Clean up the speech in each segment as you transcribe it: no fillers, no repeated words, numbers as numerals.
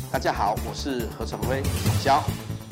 大家好，我是何成辉小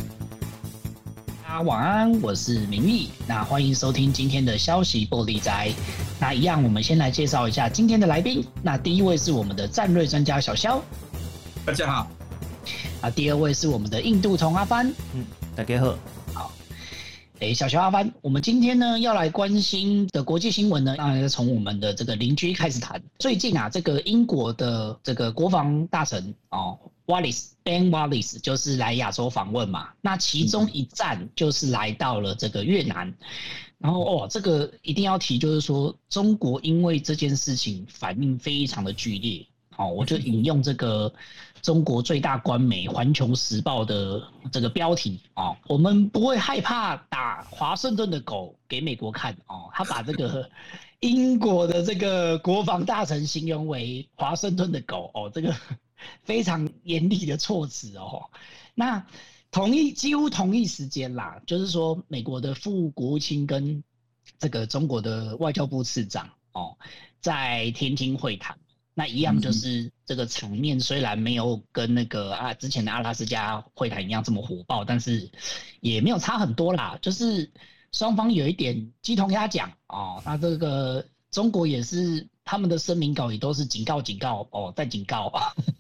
大家晚安，我是明义。那欢迎收听今天的消息玻璃斋。那一样，我们先来介绍一下今天的来宾。那第一位是我们的战略专家小肖， 大家好。 第二位是我们的印度通阿帆， 大家好。 好，小肖阿帆，我们今天呢要来关心的国际新闻呢，当然是从我们的这个邻居开始谈。最近啊，这个英国的这个国防大臣Ben Wallace 就是来亚洲访问嘛，那其中一站就是来到了这个越南，然后这个一定要提，就是说中国因为这件事情反应非常的剧烈，我就引用这个中国最大官媒《环球时报》的这个标题我们不会害怕打华盛顿的狗给美国看他把这个英国的这个国防大臣形容为华盛顿的狗这个非常严厉的措辞那几乎同一时间啦，就是说美国的副国务卿跟这个中国的外交部次长在天津会谈。那一样就是这个场面虽然没有跟那个之前的阿拉斯加会谈一样这么火爆，但是也没有差很多啦，就是双方有一点鸡同鸭讲那这个中国也是他们的声明稿也都是警告再警告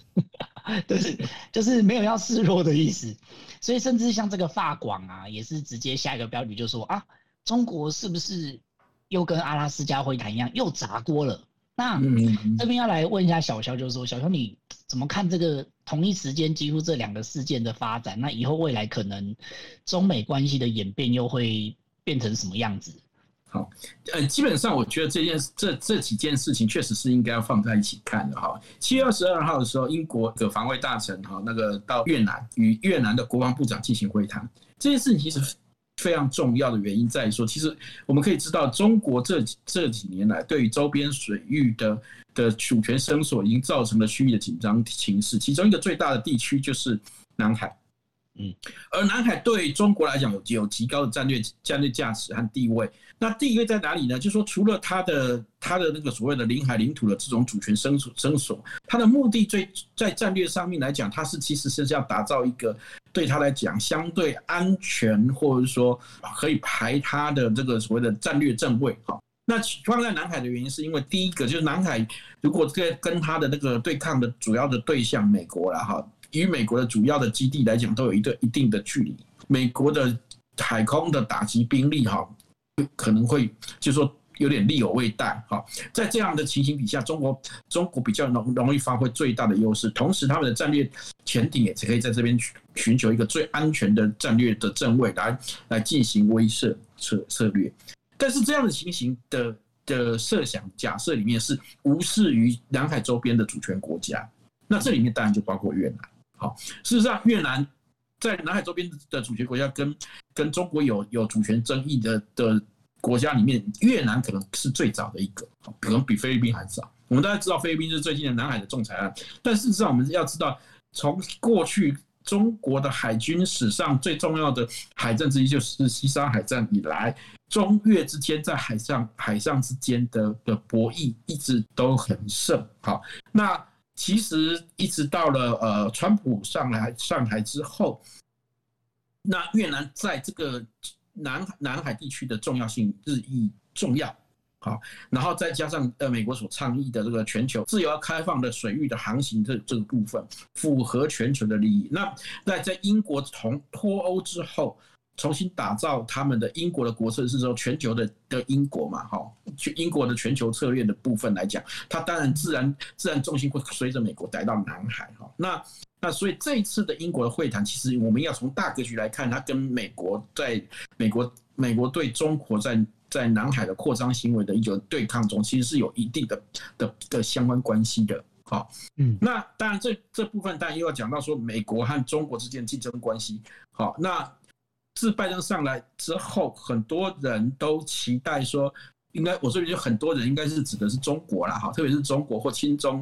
就是没有要示弱的意思，所以甚至像这个法广也是直接下一个标题就说中国是不是又跟阿拉斯加会谈一样又砸锅了？那这边要来问一下小肖，就是说小肖你怎么看这个同一时间几乎这两个事件的发展？那以后未来可能中美关系的演变又会变成什么样子？ 好，基本上我觉得这几件事情确实是应该要放在一起看的哈。7月22号的时候，英国的防卫大臣那个到越南与越南的国防部长进行会谈，这件事情其实非常重要的原因在于说，其实我们可以知道，中国这几年来对于周边水域的主权伸索已经造成了区域的紧张情势，其中一个最大的地区就是南海。而南海对中国来讲有极高的战略价值和地位。那地位在哪里呢？就是说，除了它的那个所谓的领海领土的这种主权伸索，它的目的在战略上面来讲，它其实是要打造一个对它来讲相对安全，或者说可以排它的这个所谓的战略正位。那放在南海的原因是因为第一个就是南海如果跟它的那个对抗的主要的对象美国啦与美国的主要的基地来讲都有一定的距离，美国的海空的打击兵力可能会就是说有点力有未逮在这样的情形底下，中国比较容易发挥最大的优势，同时他们的战略潜艇也可以在这边寻求一个最安全的战略的正位来进行威慑策略。但是这样的情形的设想假设里面是无视于南海周边的主权国家，那这里面当然就包括越南。事实上，越南在南海周边的主权国家跟中国有主权争议的国家里面，越南可能是最早的一个，可能比菲律宾还早。我们大家知道菲律宾是最近的南海的仲裁案，但事实上我们要知道，从过去中国的海军史上最重要的海战之一就是西沙海战以来，中越之间在海上之间的博弈一直都很盛。那其实一直到了川普上台之后，那越南在这个南海地区的重要性日益重要。然后再加上美国所倡议的这个全球自由开放的水域的航行这个部分，符合全球的利益。那在英国脱欧之后，重新打造他们的英国的国策是说全球的英国嘛，英国的全球策略的部分来讲，它当然自然重心会随着美国带到南海。那所以这一次的英国的会谈，其实我们要从大格局来看，它跟美国对中国在南海的扩张行为的一种对抗中，其实是有一定的相关关系的。那当然这部分当然又要讲到说美国和中国之间的竞争关系。那自拜登上来之后，很多人都期待说，我这边就很多人应该是指的是中国啦，特别是中国或亲中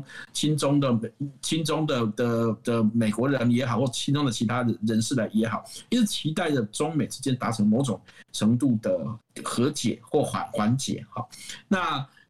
的美国人也好，或亲中的其他人士来也好，一直期待着中美之间达成某种程度的和解或缓解。那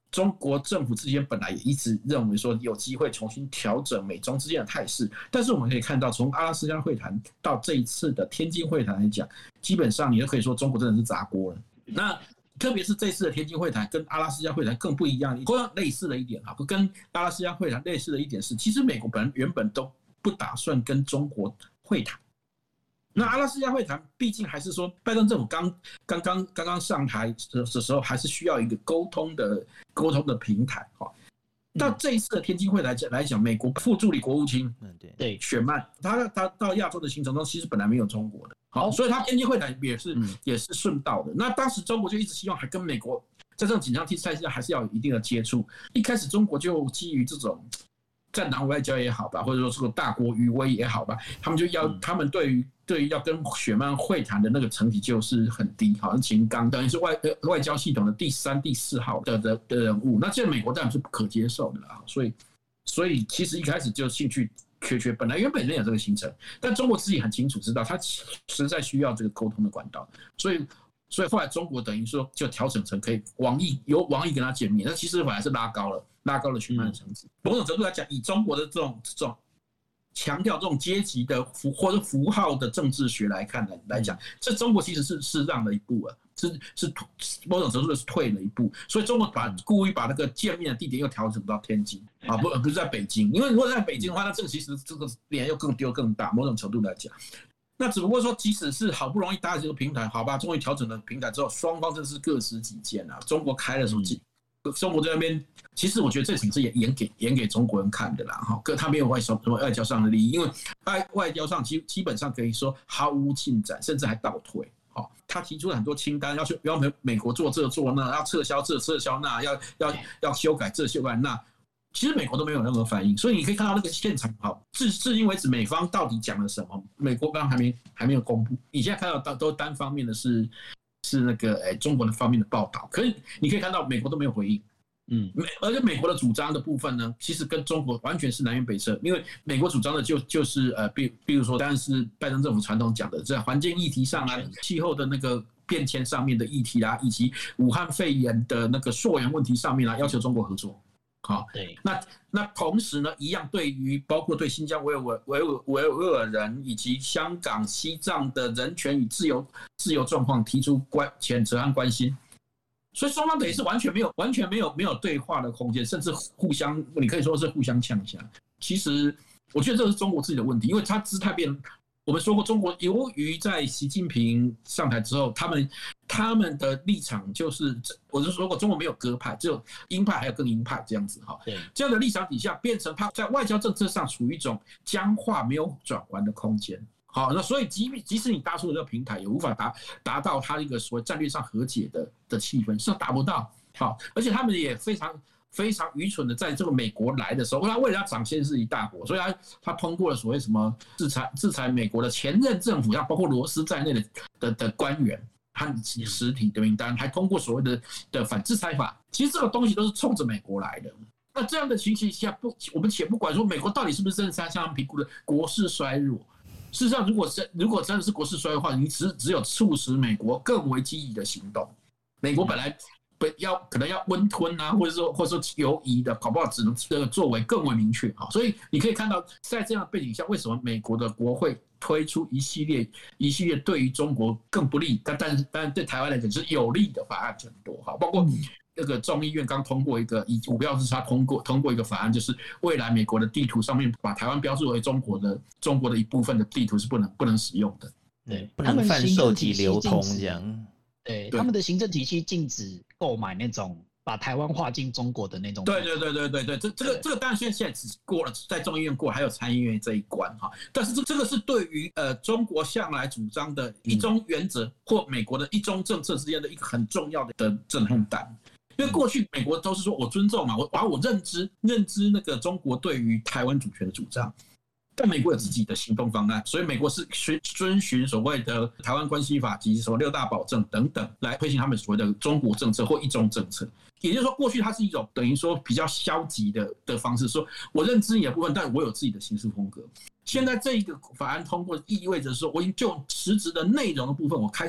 中国政府之间本来也一直认为说有机会重新调整美中之间的态势，但是我们可以看到，从阿拉斯加会谈到这一次的天津会谈来讲，基本上你都可以说中国真的是砸锅了。那特别是这次的天津会谈跟阿拉斯加会谈更不一样，同样类似的一点啊，跟阿拉斯加会谈类似的一点是，其实美国原本都不打算跟中国会谈。那阿拉斯加会谈毕竟还是说，拜登政府刚刚上台的时候，还是需要一个沟通的平台哈。到这一次的天津会来讲，美国副助理国务卿对雪曼，他到亚洲的行程中，其实本来没有中国的，好，所以他天津会谈也是顺道的。那当时中国就一直希望还跟美国在这种紧张态势下，还是要有一定的接触。一开始中国就基于这种战狼外交也好吧，或者说这个大国余威也好吧，他们对于要跟雪曼会谈的那个成绩就是很低，好像秦刚等于是外交系统的第3、第4号的人物，那这美国当然是不可接受的啦。所以其实一开始就兴趣缺，本来原本有这个行程，但中国自己很清楚知道，他实在需要这个沟通的管道，所以后来中国等于说就调整成可以由王毅跟他见面，那其实本来是拉高了雪曼的成绩。某种程度来讲，以中国的这种强调这种阶级的或者符号的政治学来讲，这中国其实是让了一步啊，是某种程度的是退了一步。所以中国故意把那个见面的地点又调整到天津啊，不是在北京，因为如果在北京的话，那这个其实这个脸又更丢更大。某种程度来讲。那只不过说，即使是好不容易搭这个平台，好吧，终于调整了平台之后，双方真是各执己见啊。中国开了手机，中国在那边，其实我觉得这场是演给中国人看的啦，哈，他没有什么外交上的利益，因为外交上基本上可以说毫无进展，甚至还倒退。好，他提出了很多清单，要美国做这做那，要撤销这撤销那，要修改这修改那。其实美国都没有任何反应，所以你可以看到那个现场，好，至今为止，美方到底讲了什么？美国刚刚还没有公布。你现在看到都单方面的是那个中国的方面的报道，可是你可以看到美国都没有回应，而且美国的主张的部分呢，其实跟中国完全是南辕北辙，因为美国主张的就是比如说，当然是拜登政府传统讲的，在环境议题上啊，气候的那个变迁上面的议题啦，以及武汉肺炎的那个溯源问题上面啊，要求中国合作。好，那同时呢，一样对于包括对新疆维吾尔人以及香港、西藏的人权与自由状况提出谴责和关心，所以双方等于是完全没有对话的空间，甚至你可以说是互相呛下。其实我觉得这是中国自己的问题，因为他姿态变。我们说过，中国由于在习近平上台之后，他们的立场就是，我就说过，中国没有鸽派，只有鹰派，还有更鹰派这样子哈。这样的立场底下，变成他在外交政策上处于一种僵化、没有转弯的空间。好，那所以即使你搭出了这个平台，也无法达到他一个所谓战略上和解的气氛，是达不到。好，而且他们也非常愚蠢的，在这个美国来的时候，他为了要展现是一大国，所以他通过了所谓什么制裁美国的前任政府，包括罗斯在内的官员和实体的名单，还通过所谓的反制裁法。其实这个东西都是冲着美国来的。那这样的情形下，我们且不管说美国到底是不是真的像他们评估的国势衰弱，事实上，如果真的是国势衰弱的话，你只有促使美国更为积极的行动。美国本来可能要温吞啊，或者说犹疑的，搞不好只能这个作为更为明确啊。所以你可以看到，在这样的背景下，为什么美国的国会推出一系列对于中国更不利，但对台湾来讲是有利的法案很多哈，包括那个众议院刚通过一个以5票之差通过一个法案，就是未来美国的地图上面把台湾标注为中国的一部分的地图是不能使用的， 对， 不能贩售及流通这样。 对，他们的行政体系禁止购买那种把台湾划进中国的那种。对，这个当然现在只过了，在众议院过，还有参议院这一关哈。但是这个是对于中国向来主张的一中原则或美国的一中政策之间的一个很重要的震撼弹。因为过去美国都是说我尊重嘛，我认知那个中国对于台湾主权的主张。但美国有自己的行动方案，所以美国是遵循所谓的台湾关系法及什么6大保证等等来推行他们所谓的中国政策或一中政策。也就是说，过去它是一种等于说比较消极的方式，说我认知你的部分，但我有自己的行事风格。现在这一个法案通过，意味着说我已经就实质的内容的部分，我开始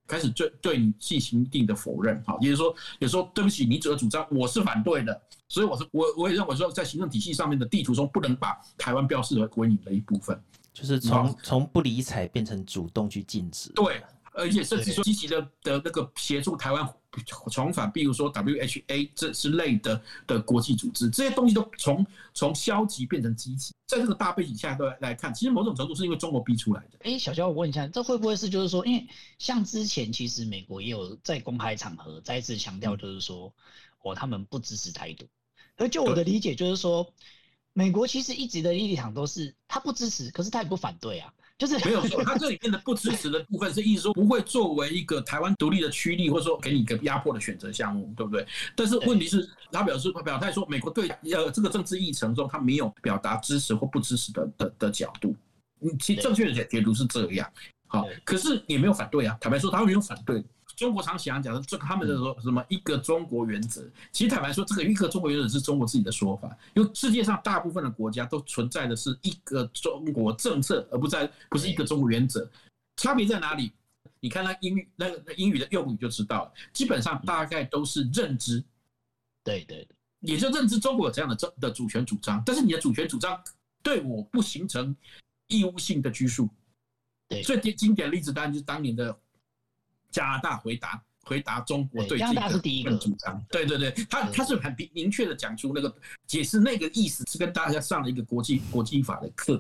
开始对你进行一定的否认，好，也就是说，有时候对不起，你的主张我是反对的，所以我也认为说，在行政体系上面的地图中，不能把台湾标示为你的一部分， 就是从不理睬变成主动去禁止。 对，而且甚至说积极的那个协助台湾重返，比如说 WHA 这之类的国际组织，这些东西都从消极变成积极，在这个大背景下都来看，其实某种程度是因为中国逼出来的。 小肖，我问一下，这会不会是就是说，因为像之前其实美国也有在公开场合再次强调，就是说，他们不支持台独。而就我的理解就是说，美国其实一直的立场都是他不支持，可是他也不反对啊。就是没有错，他这里面的不支持的部分是意思说不会作为一个台湾独立的区域，或者说给你一个压迫的选择项目，对不对？但是问题是，他表态说，美国对这个政治议程中，他没有表达支持或不支持的角度。其实正确的解读是这样，好，可是也没有反对啊。坦白说，他们没有反对。中国常喜欢讲的，他们的说什么一个中国原则，其实坦白说，这个一个中国原则是中国自己的说法，因为世界上大部分的国家都存在的是一个中国政策，而不是一个中国原则。差别在哪里？你看那英语的用语就知道了，基本上大概都是认知， 对， 也就认知中国有这样的主权主张，但是你的主权主张对我不形成义务性的拘束。 对， 最经典的例子当然就是当年的加拿大回答中国对这个主张，对，他是很明确的讲出那个解释那个意思，是跟大家上了一个国际法的课，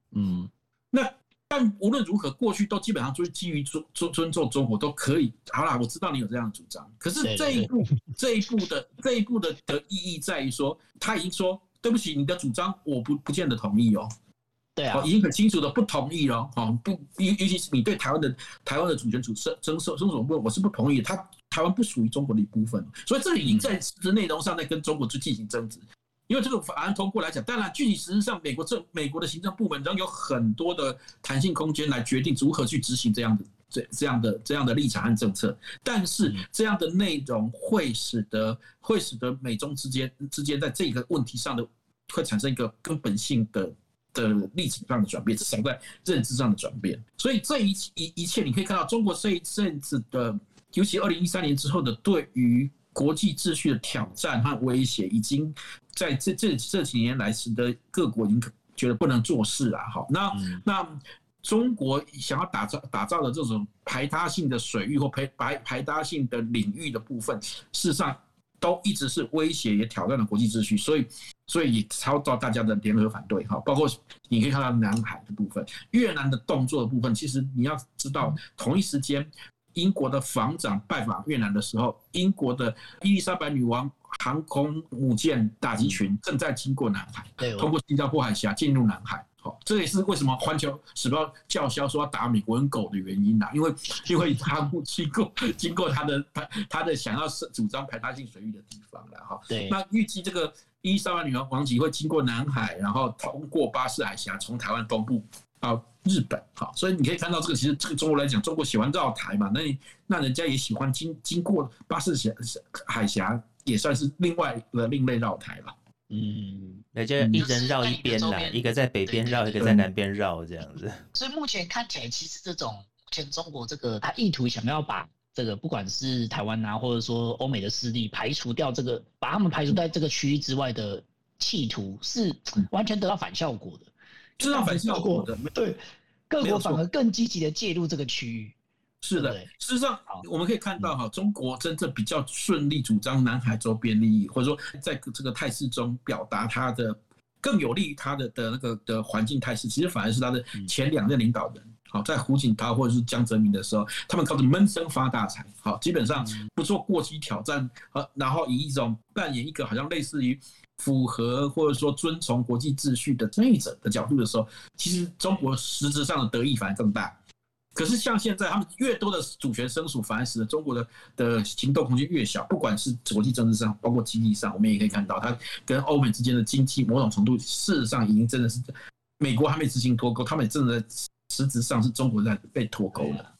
但无论如何，过去都基本上就是基于尊重中国都可以。好啦，我知道你有这样的主张，可是这一步的意义在于说，他已经说对不起，你的主张我不见得同意哦。 对啊， 已经很清楚的不同意了，尤其是你对台湾的主权伸手部分，我是不同意的。台湾不属于中国的一部分，所以这里已经在实质内容上在跟中国去进行争执。因为这个法案通过来讲，当然具体实质上美国的行政部门仍有很多的弹性空间来决定如何去执行这样的立场和政策，但是这样的内容会使得美中之间在这个问题上的会产生一个根本性的立场上的转变，至少在认知上的转变。所以这一切你可以看到，中国这一阵子的，尤其2013年之后的对于国际秩序的挑战和威胁，已经在这几年来使得各国已经觉得不能做事了。好，那中国想要打造的这种排他性的水域或排他性的领域的部分，事实上都一直是威胁也挑战了国际秩序，所以也遭到大家的联合反对，包括你可以看到南海的部分，越南的动作的部分，其实你要知道，同一时间，英国的防长拜访越南的时候，英国的伊丽莎白女王航空母舰打击群正在经过南海，通过新加坡海峡进入南海。这也是为什么《环球时报》叫嚣说要打美国人狗的原因啦，因为他经过他的想要主张排他性水域的地方了哈。那预计这个伊丽莎白女王级会经过南海，然后通过巴士海峡，从台湾东部到日本。好，所以你可以看到这个，其实这个中国来讲，中国喜欢绕台嘛，那人家也喜欢经过巴士海峡，也算是另类绕台了。 那就一人绕一边啦，一个在北边绕，一个在南边绕，这样子。 所以目前看起来，其实这种目前中国这个他意图想要把这个不管是台湾啊，或者说欧美的势力排除掉，把他们排除在这个区域之外的企图，是完全得到反效果的。 知道反效果的， 对，各国反而更积极的介入这个区域。 是的，事实上我们可以看到中国真正比较顺利主张南海周边利益，或者说在这个态势中表达它的更有利于它的那个的环境态势，其实反而是它的前两任领导人。好，在胡锦涛或者是江泽民的时候，他们靠着闷声发大财，好，基本上不做过激挑战，然后以一种扮演一个好像类似于符合或者说遵从国际秩序的正义者的角度的时候，其实中国实质上的得益反而更大。可是像现在，他们越多的主权申诉，反而使得中国的行动空间越小。不管是国际政治上，包括经济上，我们也可以看到，它跟欧美之间的经济某种程度，事实上已经真的是美国还没执行脱钩，他们也真的实质上是中国在被脱钩了。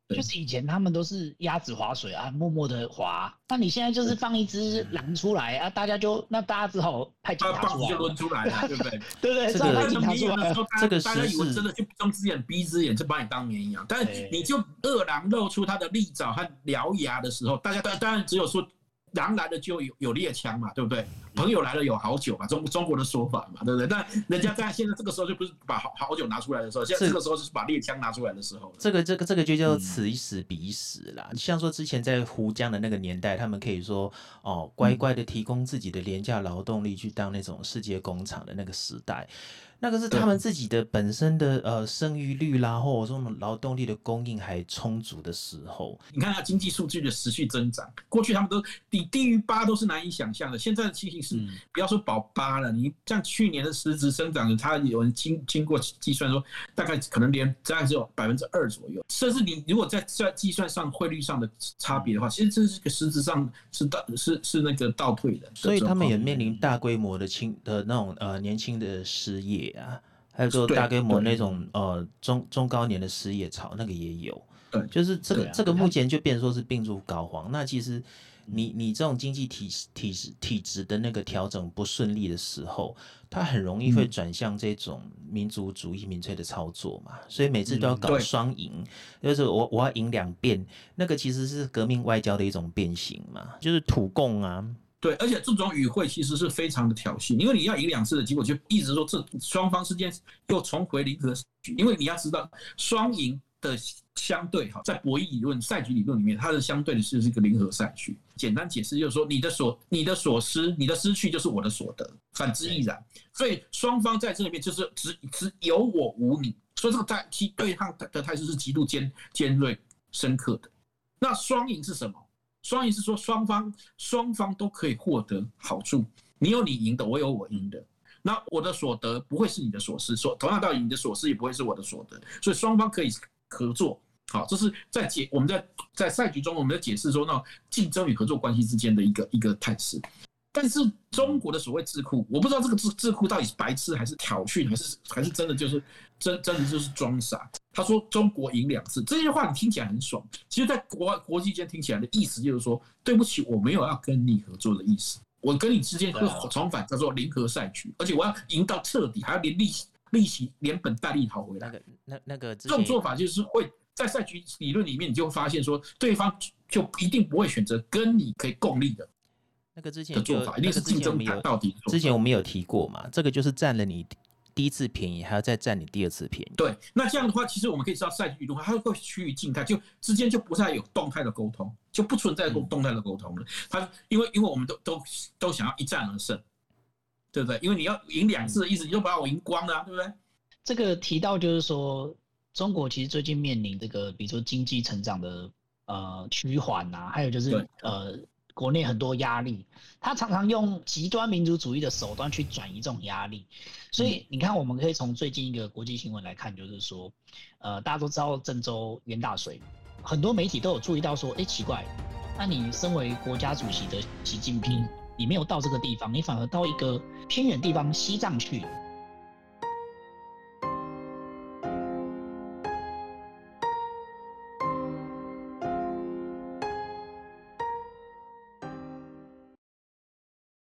就是以前他们都是鸭子划水啊，默默的划。那你现在就是放一只狼出来啊，大家只好派警察出来， 棒子就抡出来了，对不对？ 对不对？ 这个派警察出来， 大家以为真的就睁只眼闭只眼，就把你当绵羊。但是你就饿狼露出它的利爪和獠牙的时候，大家当然只有说。狼来了就有猎枪嘛，对不对？朋友来了有好酒嘛，中国的说法嘛，对不对？但人家在现在这个时候就不是把好酒拿出来的时候，现在这个时候就是把猎枪拿出来的时候。 这个就叫此一时彼一时啦。像说之前在胡江的那个年代，他们可以说乖乖的提供自己的廉价劳动力去当那种世界工厂的那个时代。那个是他们自己的本身的生育率啦，或者这种劳动力的供应还充足的时候， 你看它经济数据的持续增长，过去他们都低于8都是难以想象的，现在的情形是不要说保8了，你像去年的实质增长，它有人经过计算说，大概可能大概只有2%左右，甚至你如果在计算上汇率上的差别的话，其实这是个实质上是那个倒退的， 所以他们也面临大规模的那种年轻的失业。还有说大规模那种中高年的失业潮，那个也有，就是这个目前就变成说是病入膏肓。那其实你这种经济体制的那个调整不顺利的时候，它很容易会转向这种民族主义民粹的操作嘛，所以每次都要搞双赢，就是我要赢2遍，那个其实是革命外交的一种变形嘛，就是土共啊。 对，而且这种语汇其实是非常的挑衅，因为你要赢2次的结果，就一直说这双方之间又重回零和赛局。因为你要知道，双赢的相对在博弈理论、赛局理论里面，它的相对的是一个零和赛局。简单解释就是说，你的所失，你的失去就是我的所得，反之亦然。所以双方在这里面就是只有我无你，所以这个对抗的态势是极度尖锐、深刻的。那双赢是什么？双赢是说双方都可以获得好处，你有你赢的，我有我赢的。那我的所得不会是你的所失，同样道理，你的所失也不会是我的所得，所以双方可以合作。好，这是我们在赛局中我们在解释说那种竞争与合作关系之间的一个态势。但是中国的所谓智库，我不知道这个智库到底是白痴还是挑衅，还是真的就是真的就是装傻。他说中国赢2次，这些话你听起来很爽，其实在国际间听起来的意思就是说，对不起，我没有要跟你合作的意思，我跟你之间会重返叫做零和赛局，而且我要赢到彻底，还要连利息连本带利讨回来。 那个这种做法就是会在赛局理论里面，你就会发现说，对方就一定不会选择跟你可以共利的。 那个之前的做法一定是竞争到底。 之前我们有提过嘛，这个就是占了你第一次便宜，还要再占你第2次便宜。 对，那这样的话，其实我们可以知道赛局理论它会趋于静态，就之间就不再有动态的沟通，就不存在动态的沟通了。它因为我们都想要一战而胜，对不对？因为你要赢2次的意思，你就把我赢光了，对不对？ 这个提到就是说，中国其实最近面临这个，比如说经济成长的趋缓啊，还有就是国内很多压力，他常常用极端民族主义的手段去转移这种压力。所以你看，我们可以从最近一个国际新闻来看，就是说，大家都知道郑州淹大水，很多媒体都有注意到说，奇怪，那你身为国家主席的习近平，你没有到这个地方，你反而到一个偏远地方西藏去。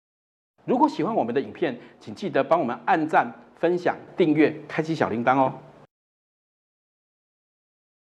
如果喜欢我们的影片，请记得帮我们按赞、分享、订阅、开启小铃铛哦。